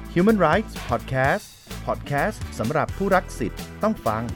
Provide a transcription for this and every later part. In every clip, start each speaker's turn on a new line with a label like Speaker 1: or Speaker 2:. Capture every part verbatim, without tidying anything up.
Speaker 1: Human Rights Podcast Podcast สำหรับผู้รักสิทธิ์ต้องฟัง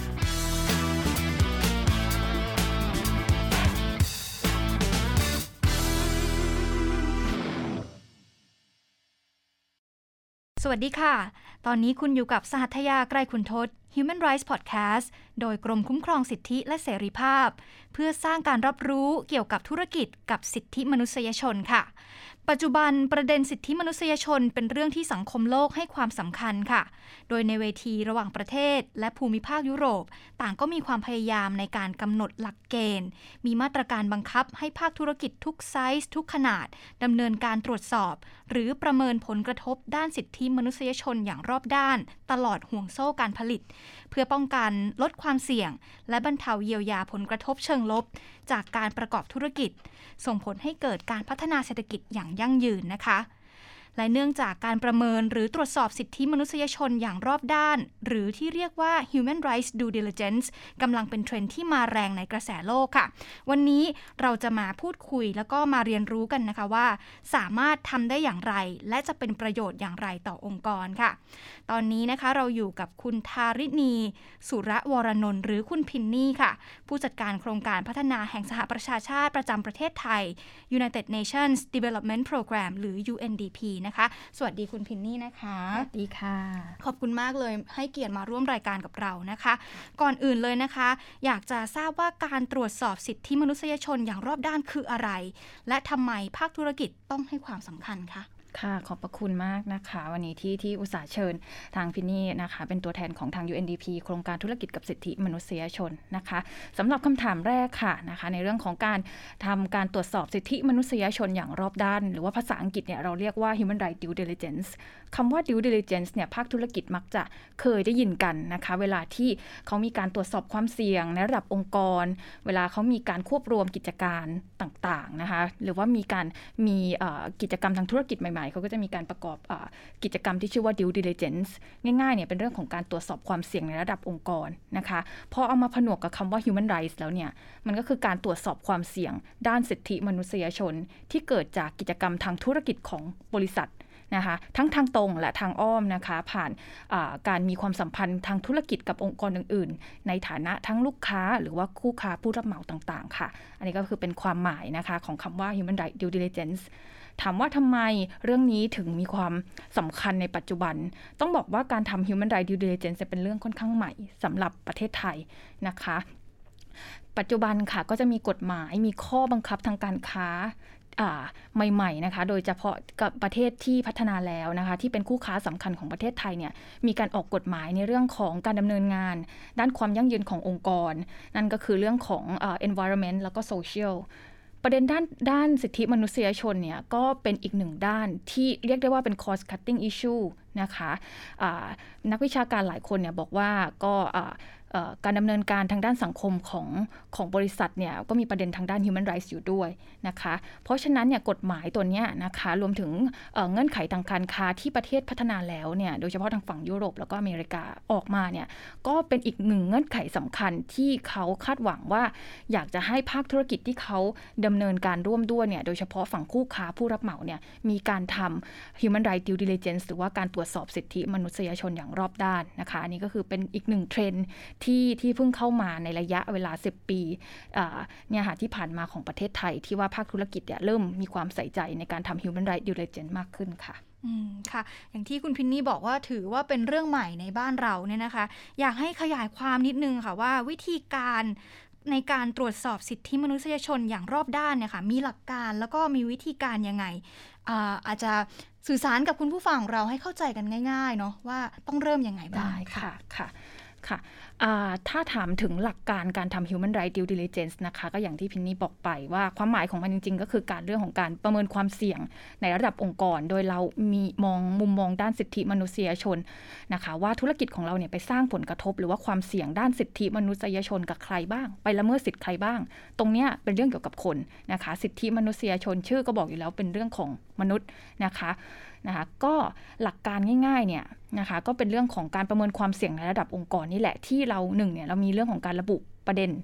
Speaker 2: สวัสดีค่ะตอนนี้คุณอยู่กับสหัทยาไกรขุนทศ Human Rights Podcast โดยกรมคุ้มครองสิทธิและเสรีภาพเพื่อสร้างการรับรู้เกี่ยวกับธุรกิจกับสิทธิมนุษยชนค่ะปัจจุบันประเด็นสิทธิมนุษยชนเป็นเรื่องที่สังคมโลกให้ความสำคัญค่ะโดยในเวทีระหว่างประเทศและภูมิภาคยุโรปต่างก็มีความพยายามในการกำหนดหลักเกณฑ์มีมาตรการบังคับให้ภาคธุรกิจทุกไซส์ทุกขนาดดำเนินการตรวจสอบหรือประเมินผลกระทบด้านสิทธิมนุษยชนอย่างรอบด้านตลอดห่วงโซ่การผลิตเพื่อป้องกันลดความเสี่ยงและบรรเทาเยียวยาผลกระทบเชิงลบจากการประกอบธุรกิจส่งผลให้เกิดการพัฒนาเศรษฐกิจอย่างยั่งยืนนะคะและเนื่องจากการประเมินหรือตรวจสอบสิทธิมนุษยชนอย่างรอบด้านหรือที่เรียกว่า Human Rights Due Diligence กำลังเป็นเทรนด์ที่มาแรงในกระแสโลกค่ะวันนี้เราจะมาพูดคุยแล้วก็มาเรียนรู้กันนะคะว่าสามารถทำได้อย่างไรและจะเป็นประโยชน์อย่างไรต่อองค์กรค่ะตอนนี้นะคะเราอยู่กับคุณธาริณีสุรวรนนท์หรือคุณพินนี่ค่ะผู้จัดการโครงการพัฒนาแห่งสหประชาชาติประจำประเทศไทย United Nations Development Program หรือ ยู เอ็น ดี พี นะคะสวัสดีคุณพินนี่นะคะ
Speaker 3: สวัสดีค่ะ
Speaker 2: ขอบคุณมากเลยให้เกียรติมาร่วมรายการกับเรานะคะก่อนอื่นเลยนะคะอยากจะทราบว่าการตรวจสอบสิทธิมนุษยชนอย่างรอบด้านคืออะไรและทำไมภาคธุรกิจต้องให้ความสำคัญคะ
Speaker 3: ค่ะขอบพระคุณมากนะคะวันนี้ที่ที่อุตส่าห์เชิญทางพินนี่นะคะเป็นตัวแทนของทาง ยู เอ็น ดี พี โครงการธุรกิจกับสิทธิมนุษยชนนะคะสำหรับคำถามแรกค่ะนะคะในเรื่องของการทำการตรวจสอบสิทธิมนุษยชนอย่างรอบด้านหรือว่าภาษาอังกฤษเนี่ยเราเรียกว่า Human Rights Due Diligence คำว่า Due Diligence เนี่ยภาคธุรกิจมักจะเคยได้ยินกันนะคะเวลาที่เขามีการตรวจสอบความเสี่ยงในระดับองค์กรเวลาเขามีการควบรวมกิจการต่างๆนะคะหรือว่ามีการมีกิจกรรมทางธุรกิจใหม่ๆเขาก็จะมีการประกอบกิจกรรมที่ชื่อว่า due diligence ง่ายๆเนี่ยเป็นเรื่องของการตรวจสอบความเสี่ยงในระดับองค์กรนะคะพอเอามาผนวกกับคำว่า human rights แล้วเนี่ยมันก็คือการตรวจสอบความเสี่ยงด้านสิทธิมนุษยชนที่เกิดจากกิจกรรมทางธุรกิจของบริษัทนะคะทั้งทางตรงและทางอ้อมนะคะผ่านการมีความสัมพันธ์ทางธุรกิจกับองค์กรอื่นๆในฐานะทั้งลูกค้าหรือว่าคู่ค้าผู้รับเหมาต่างๆค่ะอันนี้ก็คือเป็นความหมายนะคะของคำว่า human rights due diligenceถามว่าทำไมเรื่องนี้ถึงมีความสำคัญในปัจจุบันต้องบอกว่าการทำ Human Rights Due Diligence เป็นเรื่องค่อนข้างใหม่สำหรับประเทศไทยนะคะปัจจุบันค่ะก็จะมีกฎหมายมีข้อบังคับทางการค้าใหม่ๆนะคะโดยเฉพาะกับประเทศที่พัฒนาแล้วนะคะที่เป็นคู่ค้าสำคัญของประเทศไทยเนี่ยมีการออกกฎหมายในเรื่องของการดำเนินงานด้านความยั่งยืนขององค์กรนั่นก็คือเรื่องของ environment แล้วก็ socialประเด็นด้านด้านสิทธิมนุษยชนเนี่ยก็เป็นอีกหนึ่งด้านที่เรียกได้ว่าเป็น cost cutting issue นะคะนักวิชาการหลายคนเนี่ยบอกว่าก็การดำเนินการทางด้านสังคมของของบริษัทเนี่ยก็มีประเด็นทางด้าน human rights อยู่ด้วยนะคะเพราะฉะนั้นเนี่ยกฎหมายตัวนี้นะคะรวมถึงเอ่อเงื่อนไขทางการค้าที่ประเทศพัฒนาแล้วเนี่ยโดยเฉพาะทางฝั่งยุโรปแล้วก็อเมริกาออกมาเนี่ยก็เป็นอีกหนึ่งเงื่อนไขสำคัญที่เขาคาดหวังว่าอยากจะให้ภาคธุรกิจที่เขาดำเนินการร่วมด้วยเนี่ยโดยเฉพาะฝั่งคู่ค้าผู้รับเหมาเนี่ยมีการทำ human rights due diligence หรือว่าการตรวจสอบสิทธิมนุษยชนอย่างรอบด้านนะคะอันนี้ก็คือเป็นอีกหนึ่งเทรนด์ที่ที่เพิ่งเข้ามาในระยะเวลาสิบปีเนี่ยค่ะที่ผ่านมาของประเทศไทยที่ว่าภาคธุรกิจเนี่ยเริ่มมีความใส่ใจในการทำ Human Rights Due Diligence มากขึ้นค่ะ
Speaker 2: อืมค่ะอย่างที่คุณพินนี่บอกว่าถือว่าเป็นเรื่องใหม่ในบ้านเราเนี่ยนะคะอยากให้ขยายความนิดนึงค่ะว่าวิธีการในการตรวจสอบสิทธิมนุษยชนอย่างรอบด้านเนี่ยค่ะมีหลักการแล้วก็มีวิธีการยังไง อ่า อาจจะสื่อสารกับคุณผู้ฟังเราให้เข้าใจกันง่ายๆเนาะว่าต้องเริ่มยังไงบ้าง
Speaker 3: ค่ะค่ะค่ะถ้าถามถึงหลักการการทำ Human Rights Due Diligence นะคะก็อย่างที่พินนี่บอกไปว่าความหมายของมันจริงๆก็คือการเรื่องของการประเมินความเสี่ยงในระดับองค์กรโดยเรามีมองมุมมองด้านสิทธิมนุษยชนนะคะว่าธุรกิจของเราเนี่ยไปสร้างผลกระทบหรือว่าความเสี่ยงด้านสิทธิมนุษยชนกับใครบ้างไปละเมิดสิทธิใครบ้างตรงเนี้ยเป็นเรื่องเกี่ยวกับคนนะคะสิทธิมนุษยชนชื่อก็บอกอยู่แล้วเป็นเรื่องของมนุษย์นะคะนะคะก็หลักการง่ายๆเนี่ยนะคะก็เป็นเรื่องของการประเมินความเสี่ยงในระดับองค์กรนี่แหละที่เราหนึ่งเนี่ยเรามีเรื่องของการระบุประเด็น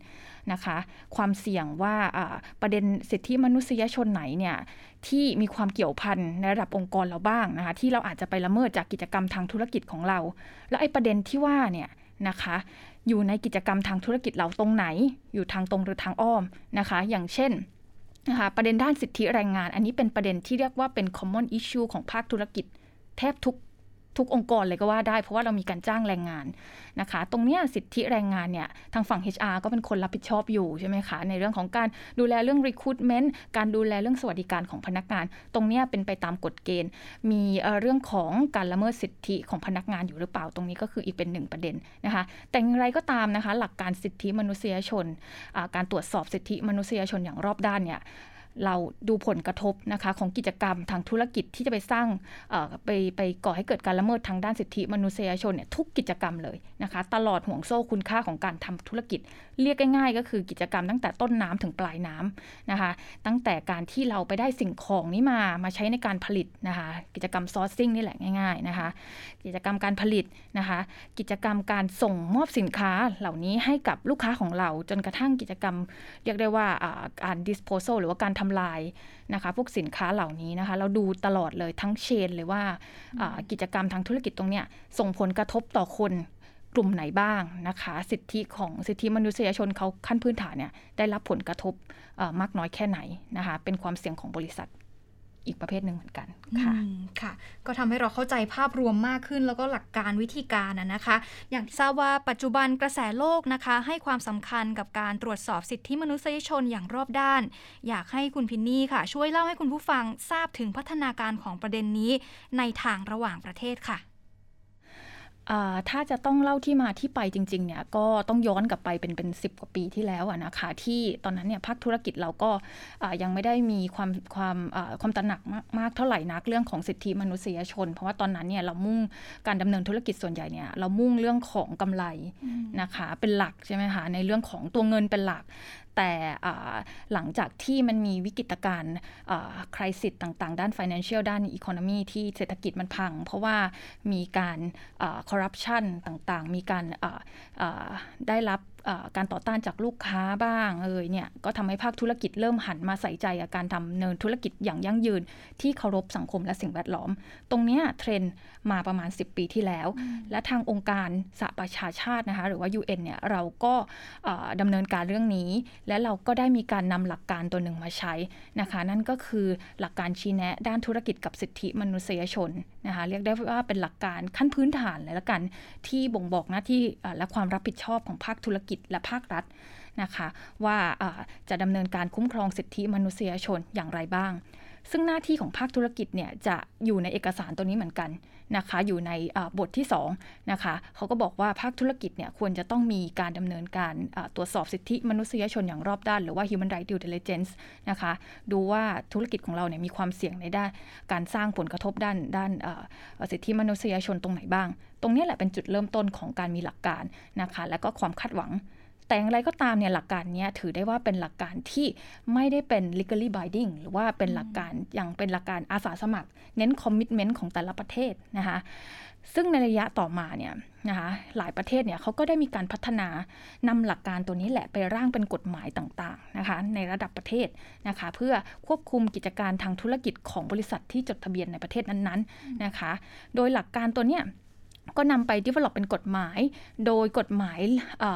Speaker 3: นะคะความเสี่ยงว่าประเด็นสิทธิมนุษยชนไหนเนี่ยที่มีความเกี่ยวพันในระดับองค์กรเราบ้างนะคะที่เราอาจจะไปละเมิดจากกิจกรรมทางธุรกิจของเราแล้วไอ้ประเด็นที่ว่าเนี่ยนะคะอยู่ในกิจกรรมทางธุรกิจเราตรงไหนอยู่ทางตรงหรือทางอ้อมนะคะอย่างเช่นนะคะประเด็นด้านสิทธิแรงงานอันนี้เป็นประเด็นที่เรียกว่าเป็น common issue ของภาคธุรกิจแทบทุกทุกองค์กรเลยก็ว่าได้เพราะว่าเรามีการจ้างแรงงานนะคะตรงนี้สิทธิแรงงานเนี่ยทางฝั่ง เอช อาร์ ก็เป็นคนรับผิดชอบอยู่ใช่ไหมคะในเรื่องของการดูแลเรื่อง recruitment การดูแลเรื่องสวัสดิการของพนักงานตรงนี้เป็นไปตามกฎเกณฑ์มีเรื่องของการละเมิดสิทธิของพนักงานอยู่หรือเปล่าตรงนี้ก็คืออีกเป็นหนึ่งประเด็นนะคะแต่อย่างไรก็ตามนะคะหลักการสิทธิมนุษยชนการตรวจสอบสิทธิมนุษยชนอย่างรอบด้านเนี่ยเราดูผลกระทบนะคะของกิจกรรมทางธุรกิจที่จะไปสร้างไปไปก่อให้เกิดการละเมิดทางด้านสิทธิมนุษยชนเนี่ยทุกกิจกรรมเลยนะคะตลอดห่วงโซ่คุณค่าของการทำธุรกิจเรียกง่ายๆก็คือกิจกรรมตั้งแต่ต้นน้ำถึงปลายน้ำนะคะตั้งแต่การที่เราไปได้สิ่งของนี้มามาใช้ในการผลิตนะคะกิจกรรม sourcing นี่แหละง่ายๆนะคะกิจกรรมการผลิตนะคะกิจกรรมการส่งมอบสินค้าเหล่านี้ให้กับลูกค้าของเราจนกระทั่งกิจกรรมเรียกได้ว่าการ disposal หรือว่าการทำลายนะคะพวกสินค้าเหล่านี้นะคะเราดูตลอดเลยทั้งเชนเลยว่ากิจกรรมทางธุรกิจตรงเนี้ยส่งผลกระทบต่อคนกลุ่มไหนบ้างนะคะสิทธิของสิทธิมนุษยชนเขาขั้นพื้นฐานเนี่ยได้รับผลกระทบมากน้อยแค่ไหนนะคะเป็นความเสี่ยงของบริษัทอีกประเภทหนึ่งเหมือนกันค่ะ
Speaker 2: ค่ะก็ทำให้เราเข้าใจภาพรวมมากขึ้นแล้วก็หลักการวิธีการนะคะอย่างที่ทราบว่าปัจจุบันกระแสโลกนะคะให้ความสำคัญกับการตรวจสอบสิทธิมนุษยชนอย่างรอบด้านอยากให้คุณพินนี่ค่ะช่วยเล่าให้คุณผู้ฟังทราบถึงพัฒนาการของประเด็นนี้ในทางระหว่างประเทศค่ะ
Speaker 3: ถ้าจะต้องเล่าที่มาที่ไปจริงๆเนี่ยก็ต้องย้อนกลับไปเป็นเป็นสิบกว่าปีที่แล้วนะคะที่ตอนนั้นเนี่ยภาคธุรกิจเราก็ยังไม่ได้มีความความความตระหนักมากเท่าไหร่นักเรื่องของสิทธิมนุษยชนเพราะว่าตอนนั้นเนี่ยเรามุ่งการดำเนินธุรกิจส่วนใหญ่เนี่ยเรามุ่งเรื่องของกำไรนะคะเป็นหลักใช่ไหมคะในเรื่องของตัวเงินเป็นหลักแต่หลังจากที่มันมีวิกฤตการณ์คริสิสต่างๆด้าน financial ด้าน economy ที่เศรษฐกิจมันพังเพราะว่ามีการcorruption ต่างๆมีการได้รับการต่อต้านจากลูกค้าบ้างเอ่ยเนี่ยก็ทำให้ภาคธุรกิจเริ่มหันมาใส่ใจกับการดำเนินธุรกิจอย่างยั่งยืนที่เคารพสังคมและสิ่งแวดล้อมตรงนี้เทรนด์มาประมาณสิบปีที่แล้วและทางองค์การสหประชาชาตินะคะหรือว่า ยู เอ็น เนี่ยเราก็ดำเนินการเรื่องนี้และเราก็ได้มีการนำหลักการตัวหนึ่งมาใช้นะคะนั่นก็คือหลักการชี้แนะด้านธุรกิจกับสิทธิมนุษยชนนะคะเรียกได้ว่าเป็นหลักการขั้นพื้นฐานเลยละกันที่บ่งบอกหน้าที่และความรับผิดชอบของภาคธุรกิจและภาครัฐนะคะว่าจะดำเนินการคุ้มครองสิทธิมนุษยชนอย่างไรบ้างซึ่งหน้าที่ของภาคธุรกิจเนี่ยจะอยู่ในเอกสารตัวนี้เหมือนกันนะคะอยู่ในบทที่สองนะคะเขาก็บอกว่าภาคธุรกิจเนี่ยควรจะต้องมีการดำเนินการตรวจสอบสิทธิมนุษยชนอย่างรอบด้านหรือว่า human rights due diligence นะคะดูว่าธุรกิจของเราเนี่ยมีความเสี่ยงในด้านการสร้างผลกระทบด้านด้านสิทธิมนุษยชนตรงไหนบ้างตรงนี้แหละเป็นจุดเริ่มต้นของการมีหลักการนะคะและก็ความคาดหวังแต่อย่างไรก็ตามเนี่ยหลักการนี้ถือได้ว่าเป็นหลักการที่ไม่ได้เป็น legally binding หรือว่าเป็นหลักการอย่างเป็นหลักการอาสาสมัครเน้น commitment ของแต่ละประเทศนะคะซึ่งในระยะต่อมาเนี่ยนะคะหลายประเทศเนี่ยเขาก็ได้มีการพัฒนานำหลักการตัวนี้แหละไปร่างเป็นกฎหมายต่างๆนะคะในระดับประเทศนะคะเพื่อควบคุมกิจการทางธุรกิจของบริษัทที่จดทะเบียนในประเทศนั้นๆนะคะโดยหลักการตัวเนี้ยก็นำไป develop เป็นกฎหมายโดยกฎหมาย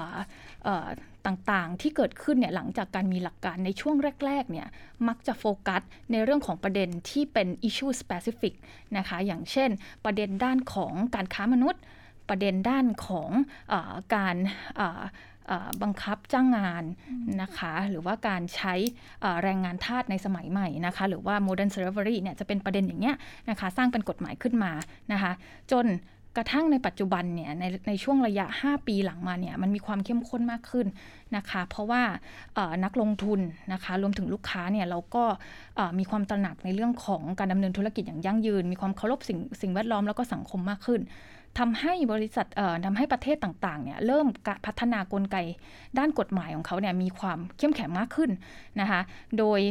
Speaker 3: ต่างๆที่เกิดขึ้นเนี่ยหลังจากการมีหลักการในช่วงแรกๆเนี่ยมักจะโฟกัสในเรื่องของประเด็นที่เป็น issue specific นะคะอย่างเช่นประเด็นด้านของการค้ามนุษย์ประเด็นด้านของเอ่อการเอ่อบังคับจ้างงานนะคะหรือว่าการใช้แรงงานทาสในสมัยใหม่นะคะหรือว่า modern slavery เนี่ยจะเป็นประเด็นอย่างเงี้ยนะคะสร้างเป็นกฎหมายขึ้นมานะคะจนกระทั่งในปัจจุบันเนี่ยในในช่วงระยะห้าปีหลังมาเนี่ยมันมีความเข้มข้นมากขึ้นนะคะเพราะว่านักลงทุนนะคะรวมถึงลูกค้าเนี่ยเราก็มีความตระหนักในเรื่องของการดำเนินธุรกิจอย่างยั่งยืนมีความเคารพสิ่งสิ่งแวดล้อมแล้วก็สังคมมากขึ้นทำให้บริษัททำให้ประเทศต่างๆเนี่ยเริ่มพัฒนากลไกด้านกฎหมายของเขาเนี่ยมีความเข้มแข็งมากขึ้นนะคะโดย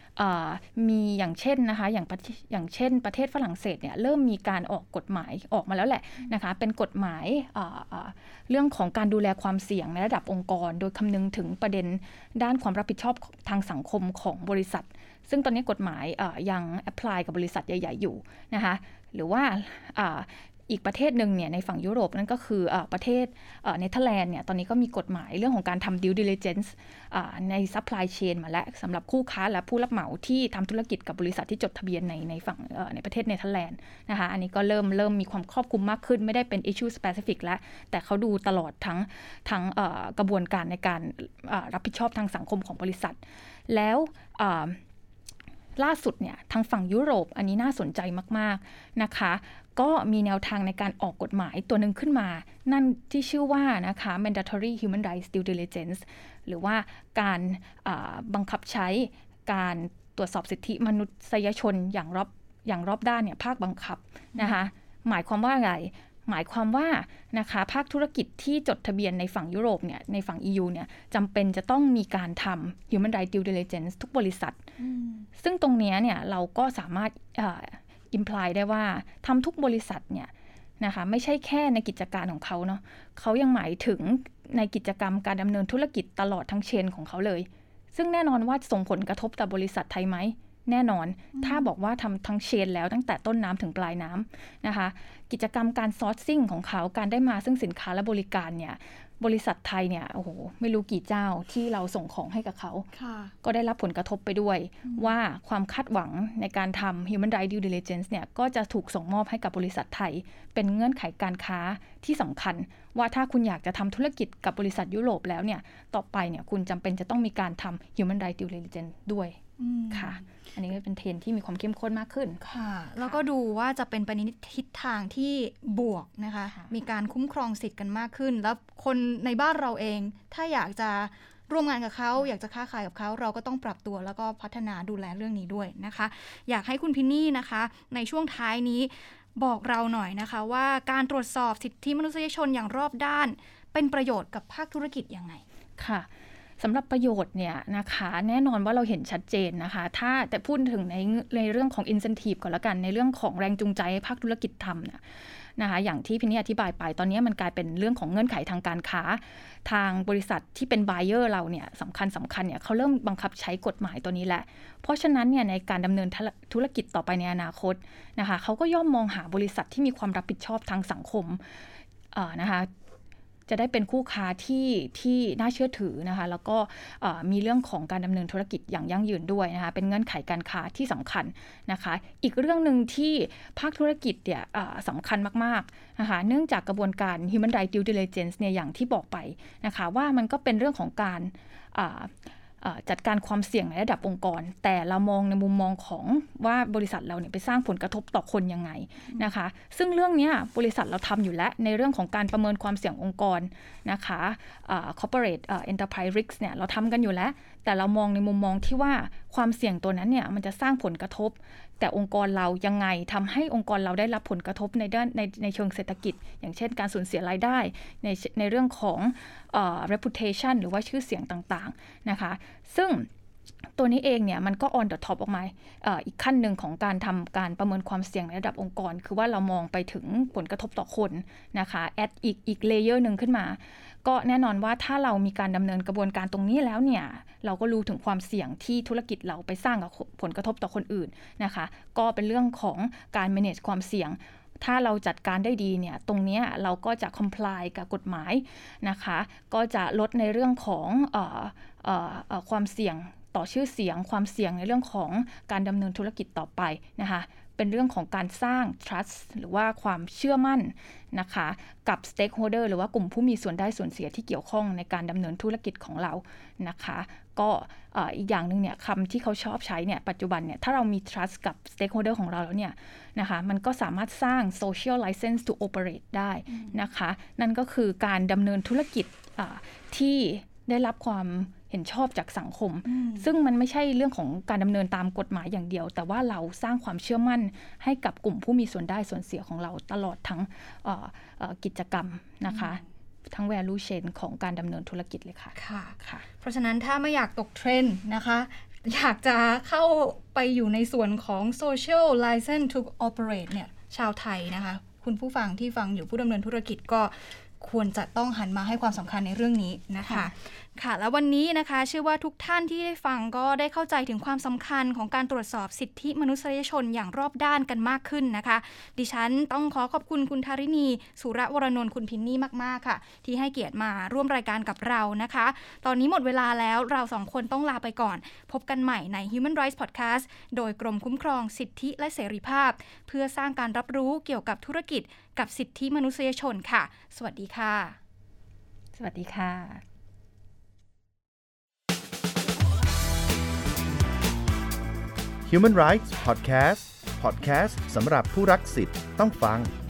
Speaker 3: มีอย่างเช่นนะคะอย่างอย่างเช่นประเทศฝรั่งเศสเนี่ยเริ่มมีการออกกฎหมายออกมาแล้วแหละนะคะเป็นกฎหมายเรื่องของการดูแลความเสี่ยงในระดับองค์กรโดยคำนึงถึงประเด็นด้านความรับผิดชอบทางสังคมของบริษัทซึ่งตอนนี้กฎหมายยังแอพพลายกับบริษัทใหญ่ๆอยู่นะคะหรือว่าอีกประเทศหนึ่งเนี่ยในฝั่งยุโรปนั่นก็คืออประเทศเนเธอร์แลนด์เนี่ยตอนนี้ก็มีกฎหมายเรื่องของการทำ due diligence ใน supply chain มาแล้วสำหรับคู่ค้าและผู้รับเหมาที่ทำธุรกิจกับบริษัทที่จดทะเบียนในในฝั่งในประเทศเนเธอร์แลนด์นะคะอันนี้ก็เริ่มเริ่มมีความครอบคลุมมากขึ้นไม่ได้เป็น issue specific แล้วแต่เขาดูตลอดทั้งทั้งกระบวนการในการรับผิดชอบทางสังคมของบริษัทแล้วล่าสุดเนี่ยทางฝั่งยุโรปอันนี้น่าสนใจมากๆนะคะก็มีแนวทางในการออกกฎหมายตัวหนึ่งขึ้นมานั่นที่ชื่อว่านะคะ mandatory human rights due diligence หรือว่าการบังคับใช้การตรวจสอบสิทธิมนุษยชนอย่างรอบอย่างรอบด้านเนี่ยภาคบังคับนะคะหมายความว่าอะไรหมายความว่านะคะภาคธุรกิจที่จดทะเบียนในฝั่งยุโรปเนี่ยในฝั่ง อี ยู เนี่ยจำเป็นจะต้องมีการทำ human rights due diligence ทุกบริษัทซึ่งตรงนี้เนี่ยเราก็สามารถimply ได้ว่าทำทุกบริษัทเนี่ยนะคะไม่ใช่แค่ในกิจการของเขาเนาะเขายังหมายถึงในกิจกรรมการดำเนินธุรกิจตลอดทั้งเชนของเขาเลยซึ่งแน่นอนว่าส่งผลกระทบต่อบริษัทไทยไหมแน่นอนถ้าบอกว่าทำทั้งเชนแล้วตั้งแต่ต้นน้ำถึงปลายน้ำนะคะกิจกรรมการซอร์สซิ่งของเขาการได้มาซึ่งสินค้าและบริการเนี่ยบริษัทไทยเนี่ยโอ้โหไม่รู้กี่เจ้าที่เราส่งของให้กับเขาก็ได้รับผลกระทบไปด้วยว่าความคาดหวังในการทำ human rights due diligence เนี่ยก็จะถูกส่งมอบให้กับบริษัทไทยเป็นเงื่อนไขการค้าที่สำคัญว่าถ้าคุณอยากจะทำธุรกิจกับบริษัทยุโรปแล้วเนี่ยต่อไปเนี่ยคุณจำเป็นจะต้องมีการทำ human rights due diligence ด้วยค่ะอันนี้ก็เป็นเทรนด์ที่มีความเข้มข้นมากขึ้น
Speaker 2: ค่ะแล้วก็ดูว่าจะเป็นไปในทิศทางที่บวกนะคะมีการคุ้มครองสิทธิ์กันมากขึ้นแล้วคนในบ้านเราเองถ้าอยากจะร่วมงานกับเขาอยากจะค้าขายกับเขาเราก็ต้องปรับตัวแล้วก็พัฒนาดูแลเรื่องนี้ด้วยนะคะอยากให้คุณพินนี่นะคะในช่วงท้ายนี้บอกเราหน่อยนะคะว่าการตรวจสอบสิทธิมนุษยชนอย่างรอบด้านเป็นประโยชน์กับภาคธุรกิจยังไง
Speaker 3: ค่ะสำหรับประโยชน์เนี่ยนะคะแน่นอนว่าเราเห็นชัดเจนนะคะถ้าแต่พูดถึงในในเรื่องของ incentive ก่อนละกันในเรื่องของแรงจูงใจให้ภาคธุรกิจทำเนี่ยนะคะอย่างที่พี่นี่อธิบายไปตอนนี้มันกลายเป็นเรื่องของเงื่อนไขทางการค้าทางบริษัทที่เป็น buyer เราเนี่ยสำคัญสำคัญเนี่ยเขาเริ่มบังคับใช้กฎหมายตัวนี้แหละเพราะฉะนั้นเนี่ยในการดำเนินธุรกิจต่อไปในอนาคตนะคะเขาก็ย่อมมองหาบริษัทที่มีความรับผิดชอบทางสังคมนะคะจะได้เป็นคู่ค้าที่ที่น่าเชื่อถือนะคะแล้วก็มีเรื่องของการดำเนินธุรกิจอย่างยั่งยืนด้วยนะคะเป็นเงื่อนไขการค้าที่สำคัญนะคะอีกเรื่องนึงที่ภาคธุรกิจเนี่ยสำคัญมากๆนะคะเนื่องจากกระบวนการ human rights due diligence เนี่ยอย่างที่บอกไปนะคะว่ามันก็เป็นเรื่องของการจัดการความเสี่ยงในระดับองค์กรแต่เรามองในมุมมองของว่าบริษัทเราเนี่ยไปสร้างผลกระทบต่อคนยังไงนะคะซึ่งเรื่องนี้บริษัทเราทำอยู่แล้วในเรื่องของการประเมินความเสี่ยงองค์กรนะคะ corporate enterprise risk เนี่ยเราทำกันอยู่แล้วแต่เรามองในมุมมองที่ว่าความเสี่ยงตัวนั้นเนี่ยมันจะสร้างผลกระทบแต่องค์กรเรายังไงทำให้องค์กรเราได้รับผลกระทบในด้านในในเชิงเศรษฐกิจอย่างเช่นการสูญเสียรายได้ในในเรื่องของเอ่อ reputation หรือว่าชื่อเสียงต่างๆนะคะซึ่งตัวนี้เองเนี่ยมันก็ on the top ออกมา อ, อีกขั้นหนึ่งของการทำการประเมินความเสี่ยงในระดับองค์กรคือว่าเรามองไปถึงผลกระทบต่อคนนะคะแอดอีกอีกเลเยอร์หนึ่งขึ้นมาก็แน่นอนว่าถ้าเรามีการดำเนินกระบวนการตรงนี้แล้วเนี่ยเราก็รู้ถึงความเสี่ยงที่ธุรกิจเราไปสร้างกับผลกระทบต่อคนอื่นนะคะก็เป็นเรื่องของการ manage ความเสี่ยงถ้าเราจัดการได้ดีเนี่ยตรงนี้เราก็จะ comply กับกฎหมายนะคะก็จะลดในเรื่องของเอ่อเอ่อเอ่อความเสี่ยงต่อชื่อเสียงความเสี่ยงในเรื่องของการดำเนินธุรกิจต่อไปนะคะเป็นเรื่องของการสร้าง trust หรือว่าความเชื่อมั่นนะคะกับ stakeholder หรือว่ากลุ่มผู้มีส่วนได้ส่วนเสียที่เกี่ยวข้องในการดำเนินธุรกิจของเรานะคะก็อีกอย่างนึงเนี่ยคำที่เขาชอบใช้เนี่ยปัจจุบันเนี่ยถ้าเรามี trust กับ stakeholder ของเราแล้วเนี่ยนะคะมันก็สามารถสร้าง social license to operate ได้นะคะนั่นก็คือการดำเนินธุรกิจที่ได้รับความเห็นชอบจากสังคมซึ่งมันไม่ใช่เรื่องของการดำเนินตามกฎหมายอย่างเดียวแต่ว่าเราสร้างความเชื่อมั่นให้กับกลุ่มผู้มีส่วนได้ส่วนเสียของเราตลอดทั้งกิจกรรมนะคะทั้ง value chain ของการดำเนินธุรกิจเลยค่ะ
Speaker 2: ค่ะค่ะเพราะฉะนั้นถ้าไม่อยากตกเทรนด์นะคะอยากจะเข้าไปอยู่ในส่วนของ social license to operate เนี่ยชาวไทยนะคะคุณผู้ฟังที่ฟังอยู่ผู้ดำเนินธุรกิจก็ควรจะต้องหันมาให้ความสำคัญในเรื่องนี้นะคะค่ะแล้ววันนี้นะคะเชื่อว่าทุกท่านที่ได้ฟังก็ได้เข้าใจถึงความสำคัญของการตรวจสอบสิทธิมนุษยชนอย่างรอบด้านกันมากขึ้นนะคะดิฉันต้องขอขอบคุณคุณธาริณีสุรวรนนท์คุณพินนี่มากๆค่ะที่ให้เกียรติมาร่วมรายการกับเรานะคะตอนนี้หมดเวลาแล้วเราสองคนต้องลาไปก่อนพบกันใหม่ใน Human Rights Podcast โดยกรมคุ้มครองสิทธิและเสรีภาพเพื่อสร้างการรับรู้เกี่ยวกับธุรกิจกับสิทธิมนุษยชนค่ะสวัสดีค่ะ
Speaker 3: สวัสดีค่ะ
Speaker 1: Human Rights Podcast Podcast สำหรับผู้รักสิทธิ์ต้องฟัง